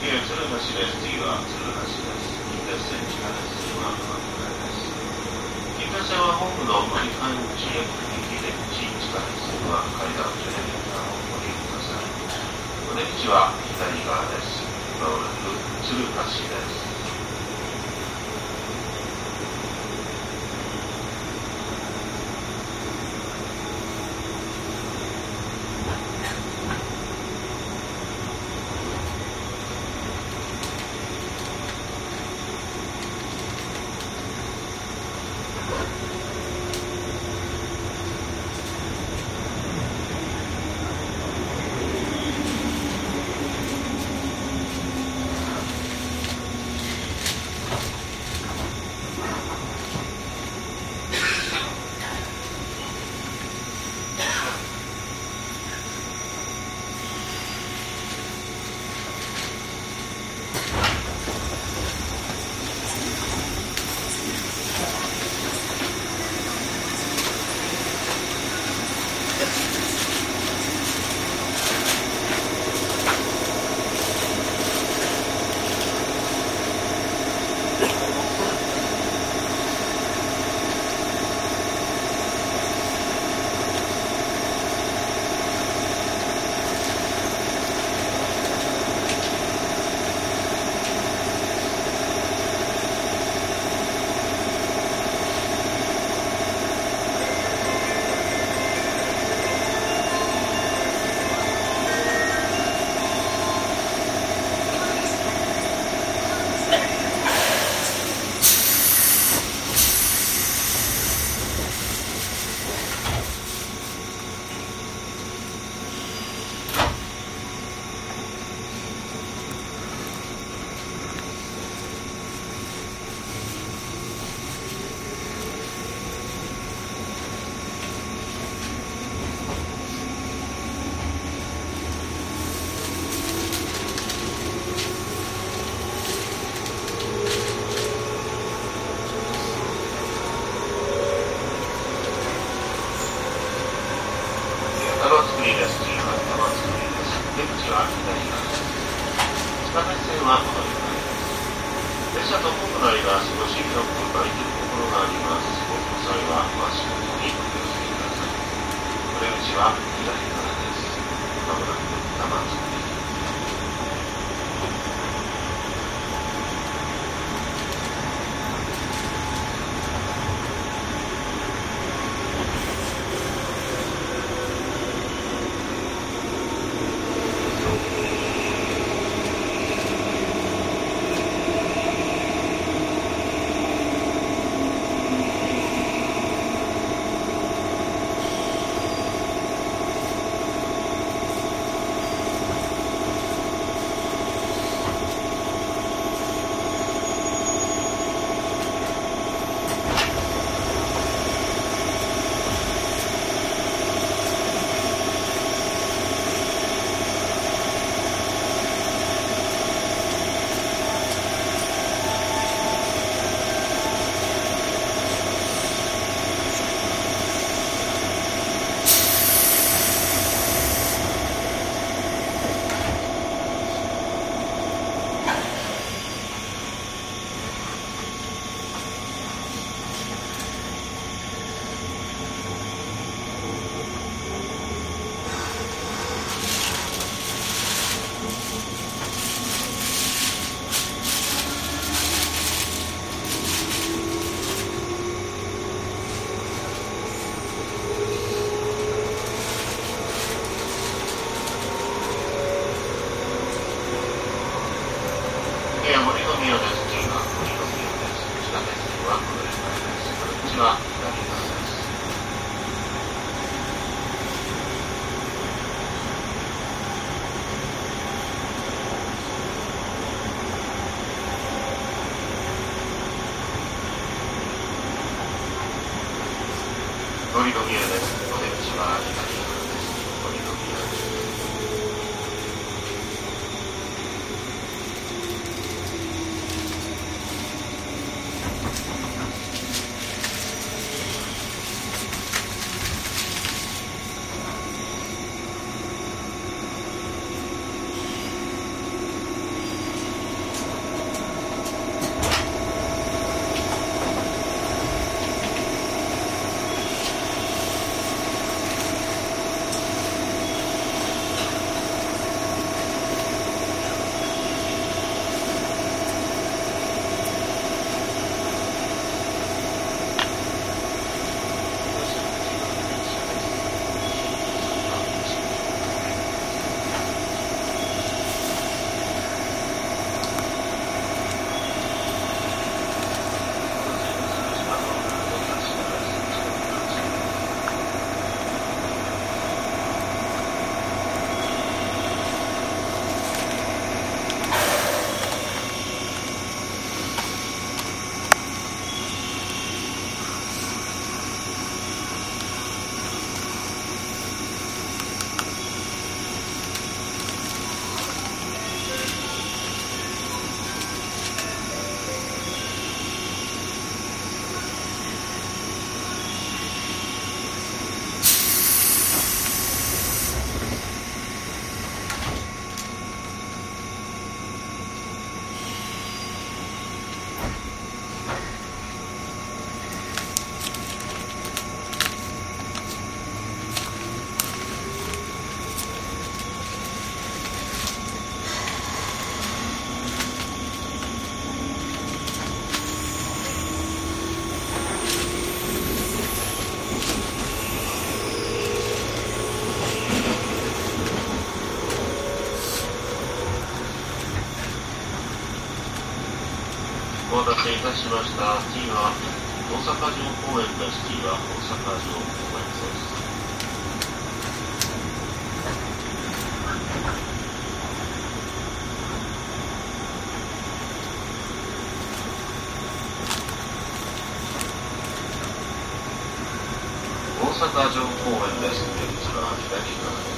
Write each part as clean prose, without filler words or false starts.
鶴橋です。次は鶴橋です。近鉄線地下鉄は鎌倉です。近鉄線は本部の乗り換え口へ駅出口、地下鉄線は階段所で皆さんをご利用ください。お出口は左側です。まもなく鶴橋です。 お待たせいたしました。T は大阪城公園です。T は大阪城公園です。大阪城公園です。出口は左側です。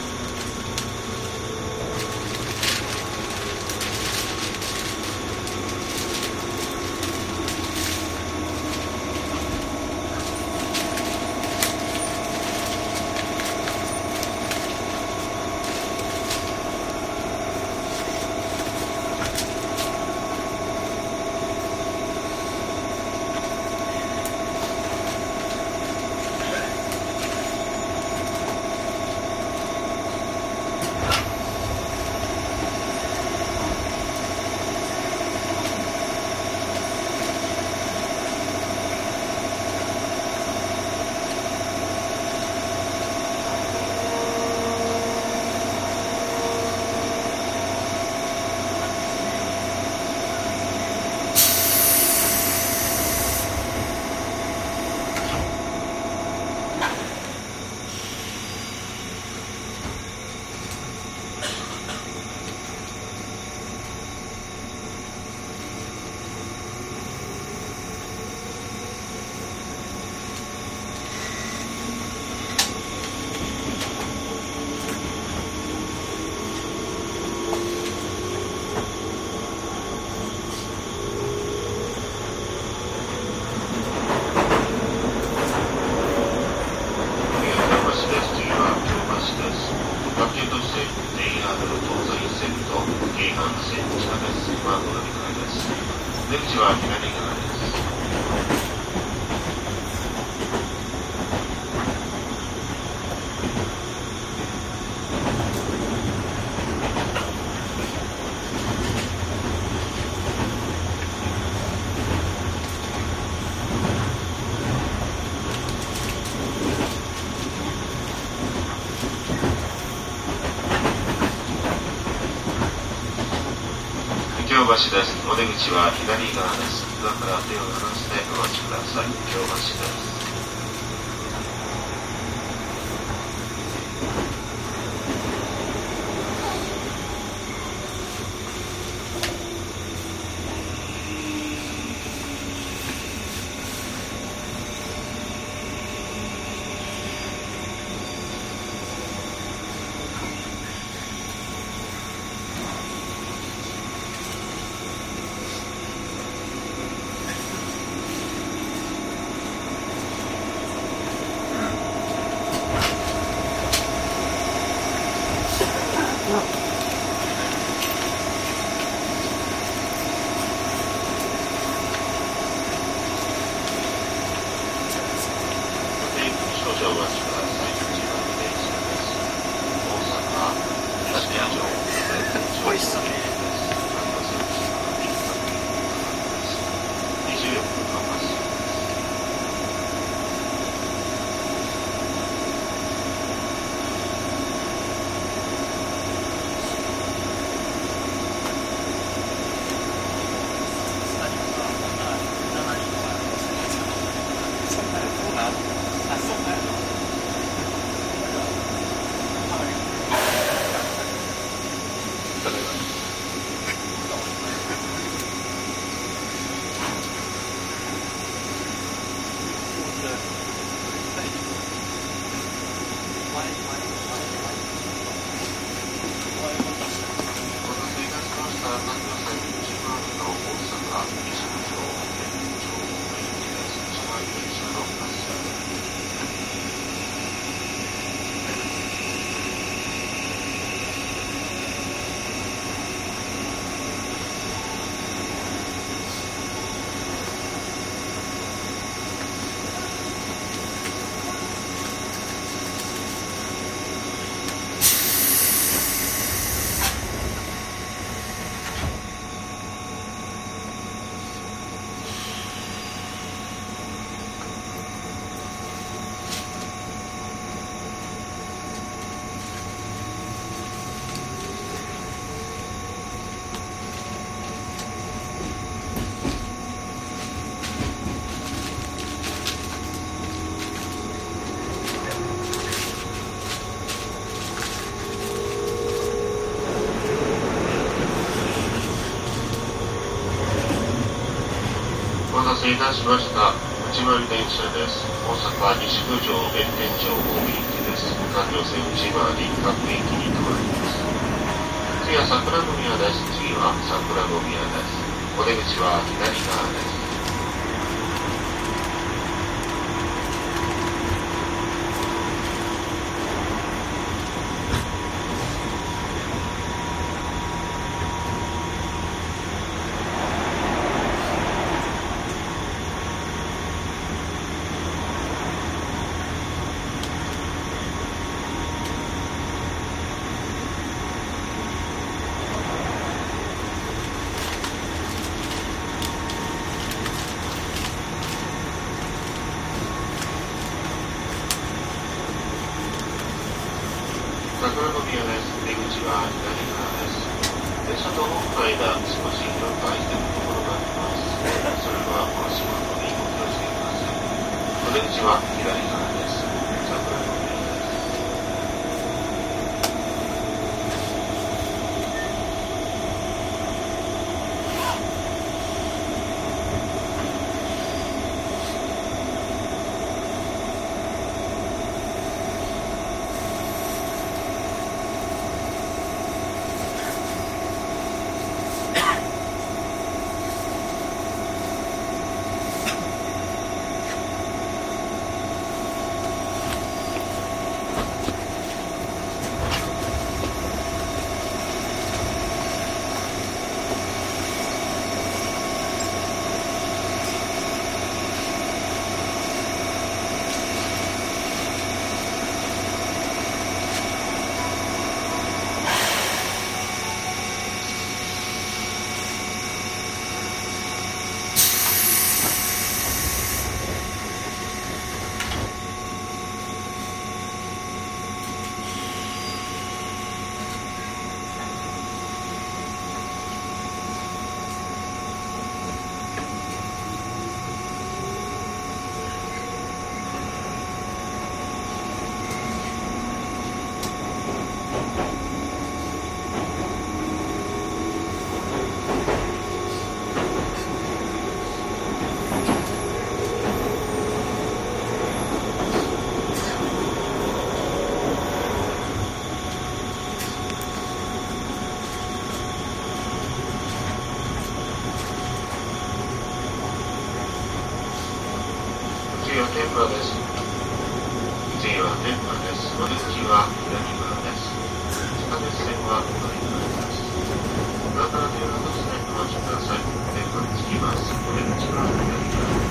出口は左側です。京橋です。お出口は左側です。ドアから手を離してお待ちください。京橋です。 せいたしました。内丸電車です。大阪西九条弁天町大井駅です。環状線内回り各駅に停まります。次は桜宮です。次は桜宮です。お出口は左側です。桜宮です。出口は左側です。電車とホームの間、少し広く空いているところがあります。それはお足元にお気をつけください。お出口は左側です。桜宮です。次は天満です。次は天満です。お出口は左側です。地下鉄線は左側です。これから手を外してお待ちください。天満に着きます。お出口は左側です。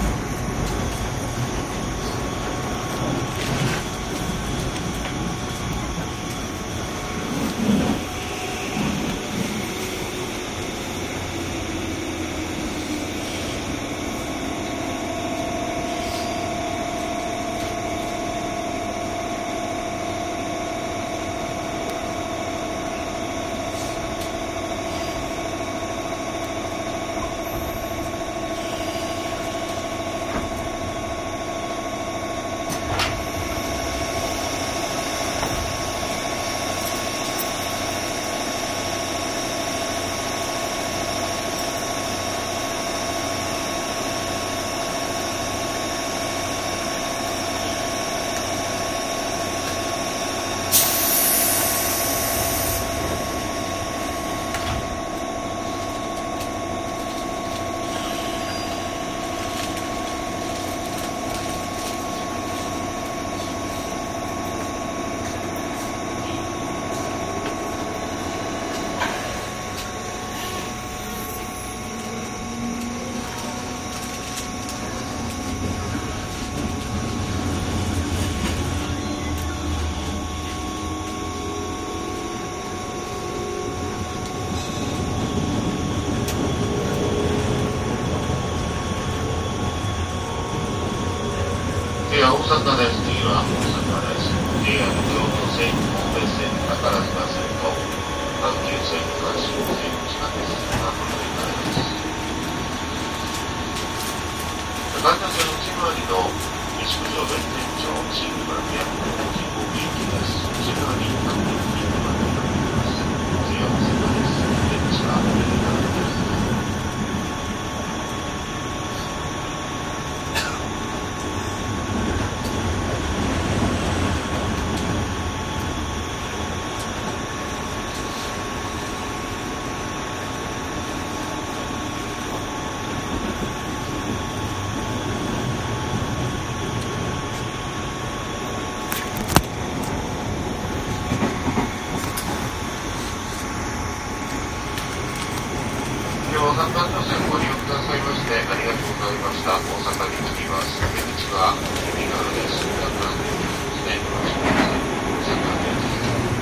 次は大阪です。次は大阪です。JR 京都線、神戸線、宝塚線と阪急線、阪神線、地下鉄線が乗り換えです。環状線内回りの西九条弁天町、新今宮、大井駅です。内側に各駅に停まっております。次は大阪です。出口は左側です。 阪環状線ご利用くださいましてありがとうございました。大阪に着きます。出口は右側です。だんだんですね。よろしくお願いします。大阪です。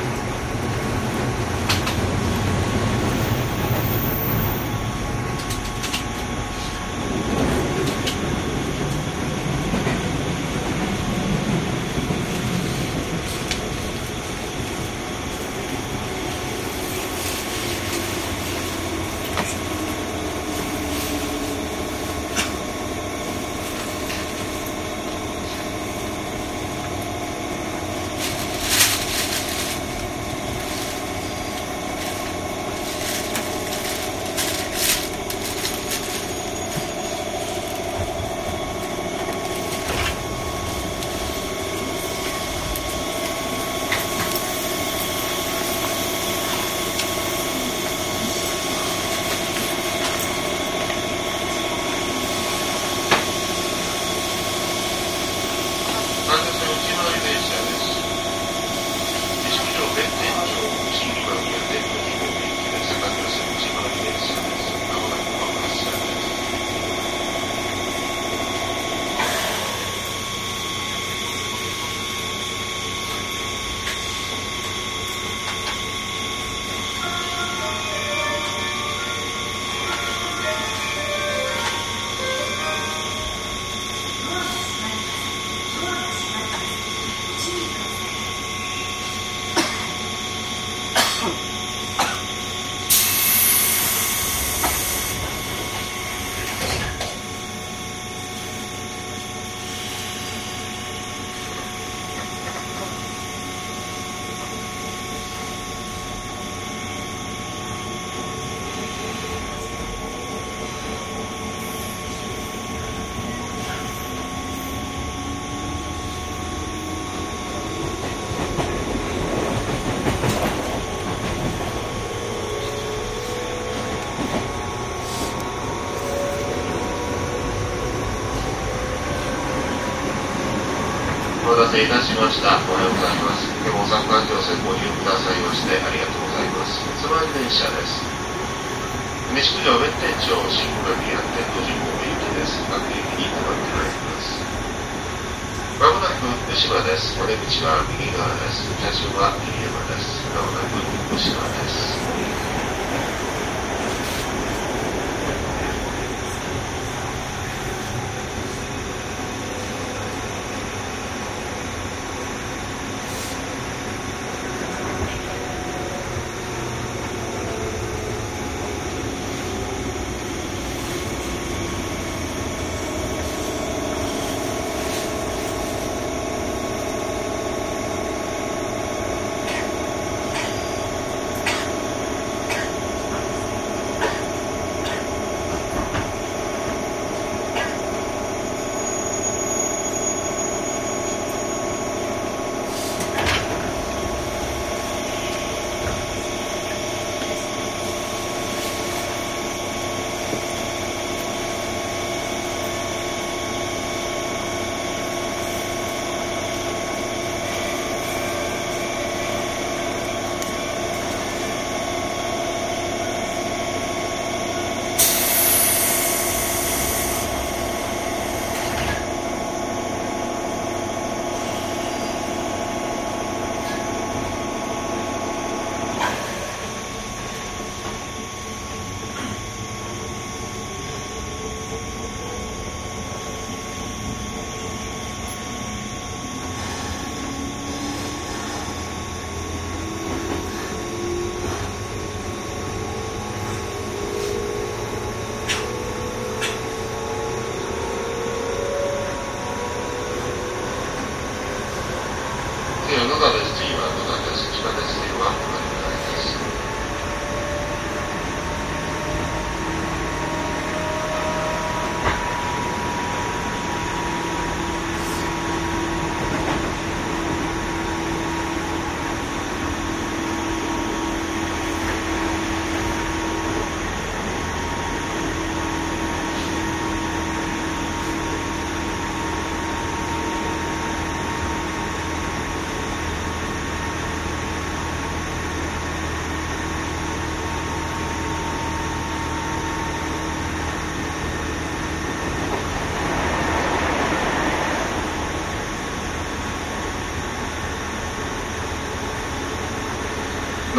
お待たせいたしました。おはようございます。大阪環状線ご利用くださいましてありがとうございます。つまり電車です。西九条弁天町新小宮天王寺方面行きです。各駅に停まってまいります。まもなく福島です。お出口は右側です。車掌は右山です。まもなく福島です。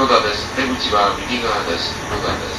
野田です。出口は右側です。野田です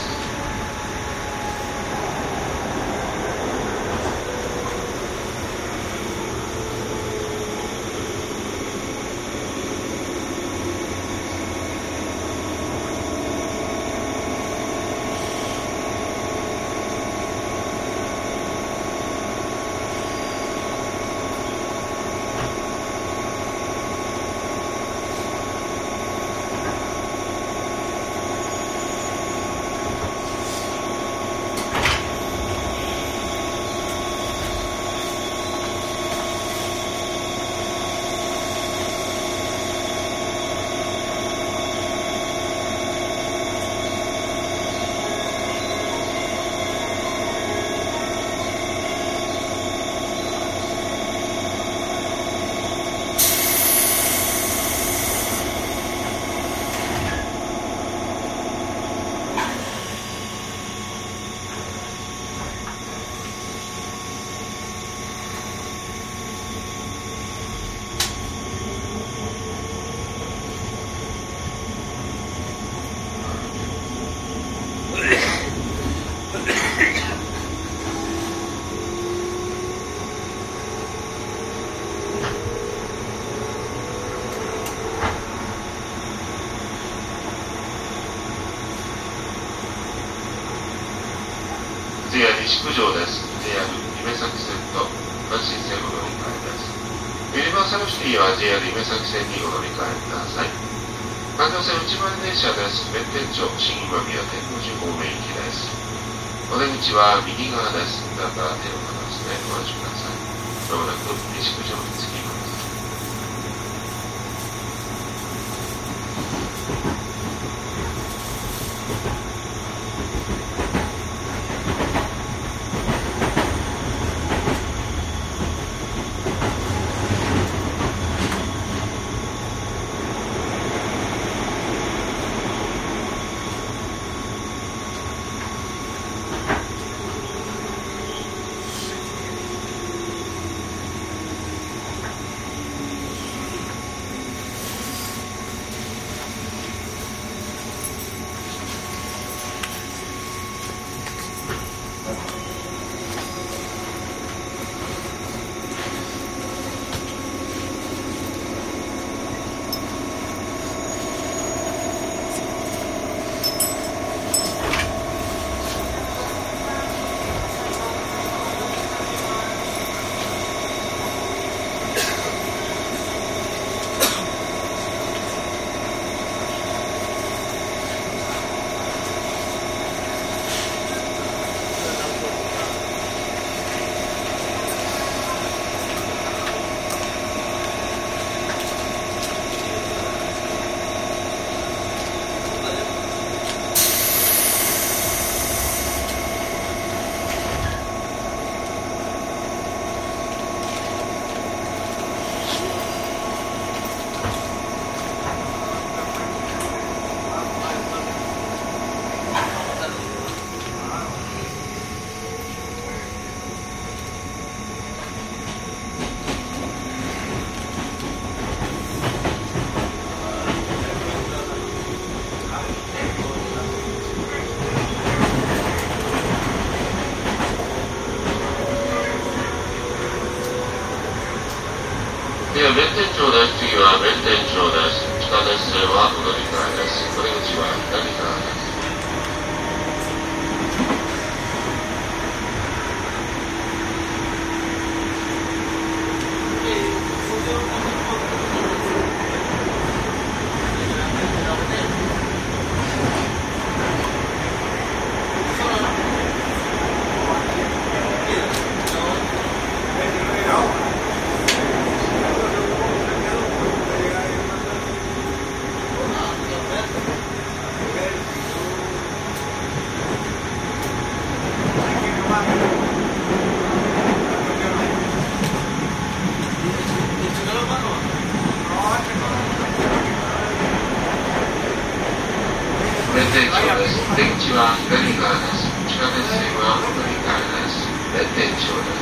。JR 西九条です。JR 夢崎線と阪神線を乗り換えです。ユニバーサルシティは JR 夢崎線にお乗り換えください。環状線内回り電車です。弁天町、新今宮天王寺方面行きです。お出口は右側です。だから手を離してお待ちください。まもなく西九条に着きます。弁天町です。次は弁天町です。地下鉄線はお乗り換えです。お出口は左側です。弁天町です。出口は左側です。地下鉄線はお乗り換えです。弁天町です。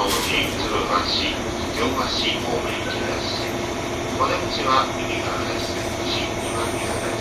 王寺、鶴橋、京橋方面行きです。お出口は右側です。新今宮です。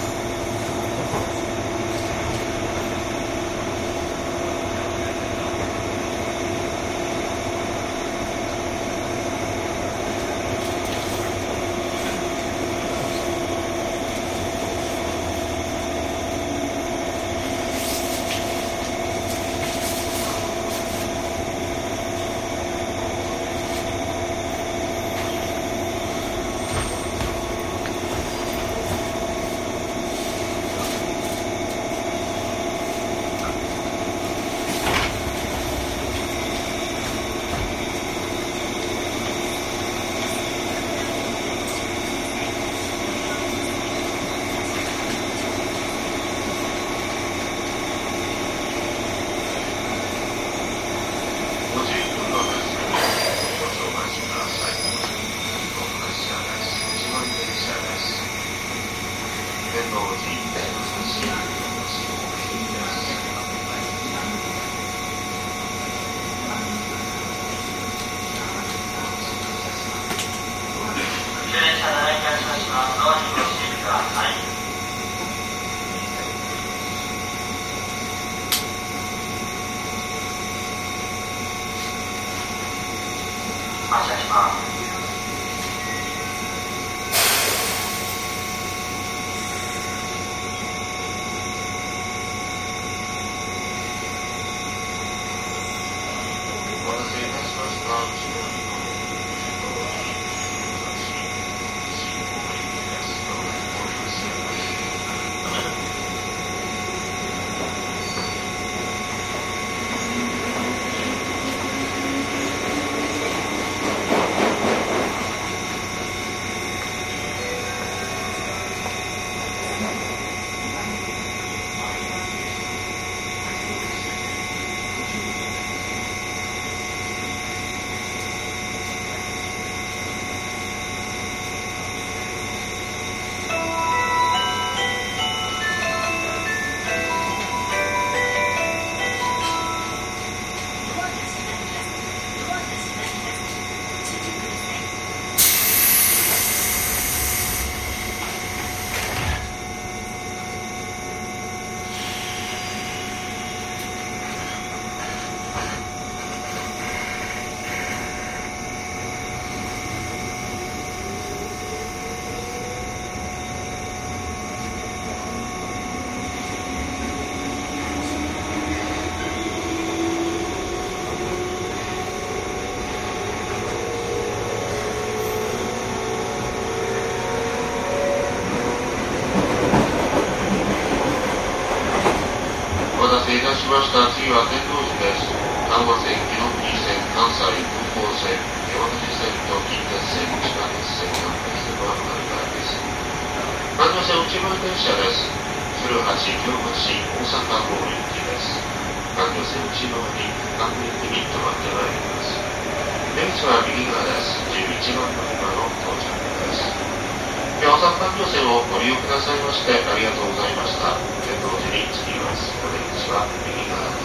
しました。次は天王寺です。丹波線、木の国線、関西、空港線、山口線と近鉄線、地下鉄線が結ばれたです。関東線内回り電車です。鶴橋、京橋、大阪方面行きです。関東線内回り、各駅に停まってまいります。出口は右側です。11番乗り場の到着です。大阪環状線をご利用くださいましてありがとうございました。天王寺に着きます。お出口は右側です。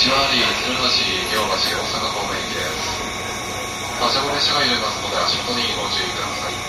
内回り鶴橋京橋大阪方面行きです。発車後列車が揺れますので足元にご注意ください。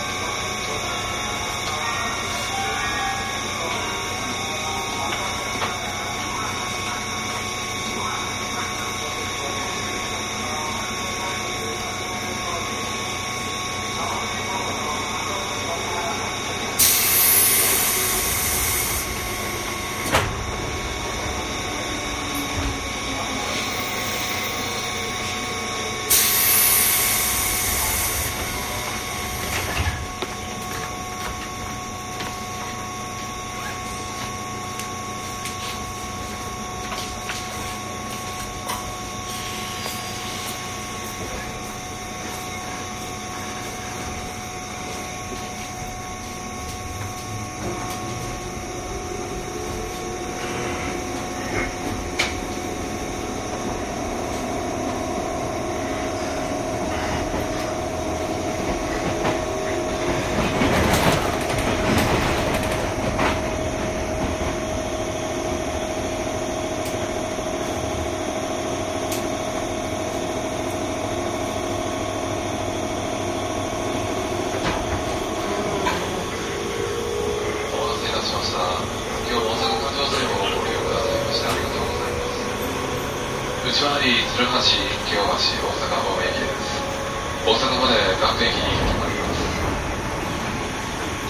内回り鶴橋京橋大阪方面行きです。大阪まで各駅に停まります。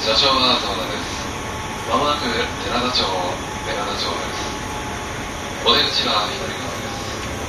車掌は澤田です。まもなく寺田町です。お出口は左側です。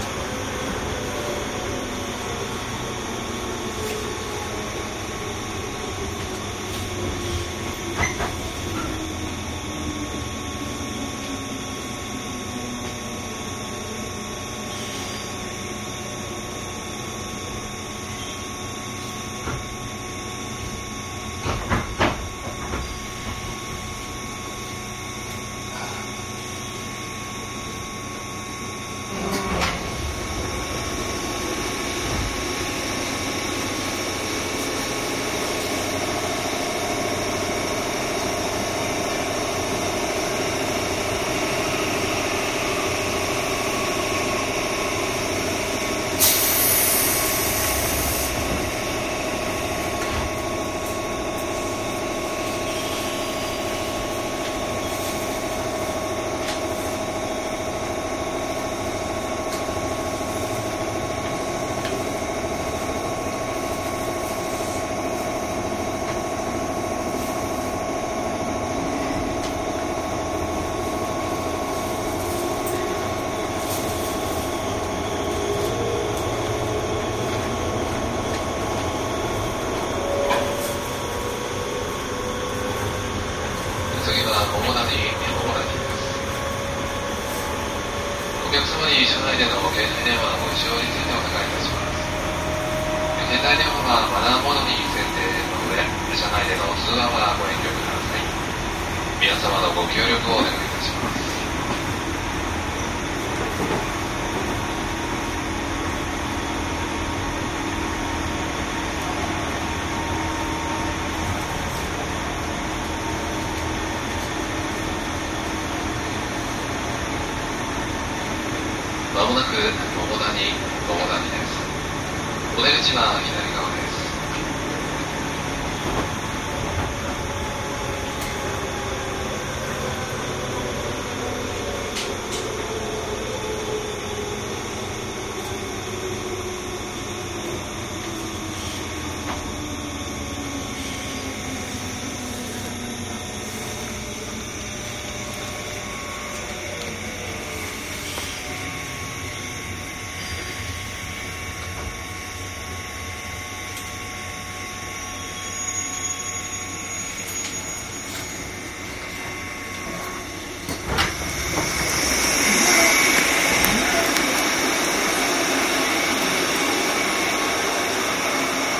次は桃谷です。お客様に車内での携帯電話のご使用についてお願いいたします。携帯電話はマナーモードに設定の上、車内での通話はご遠慮ください。皆様のご協力をお願いいたします。まもなく桃谷です。お出口は左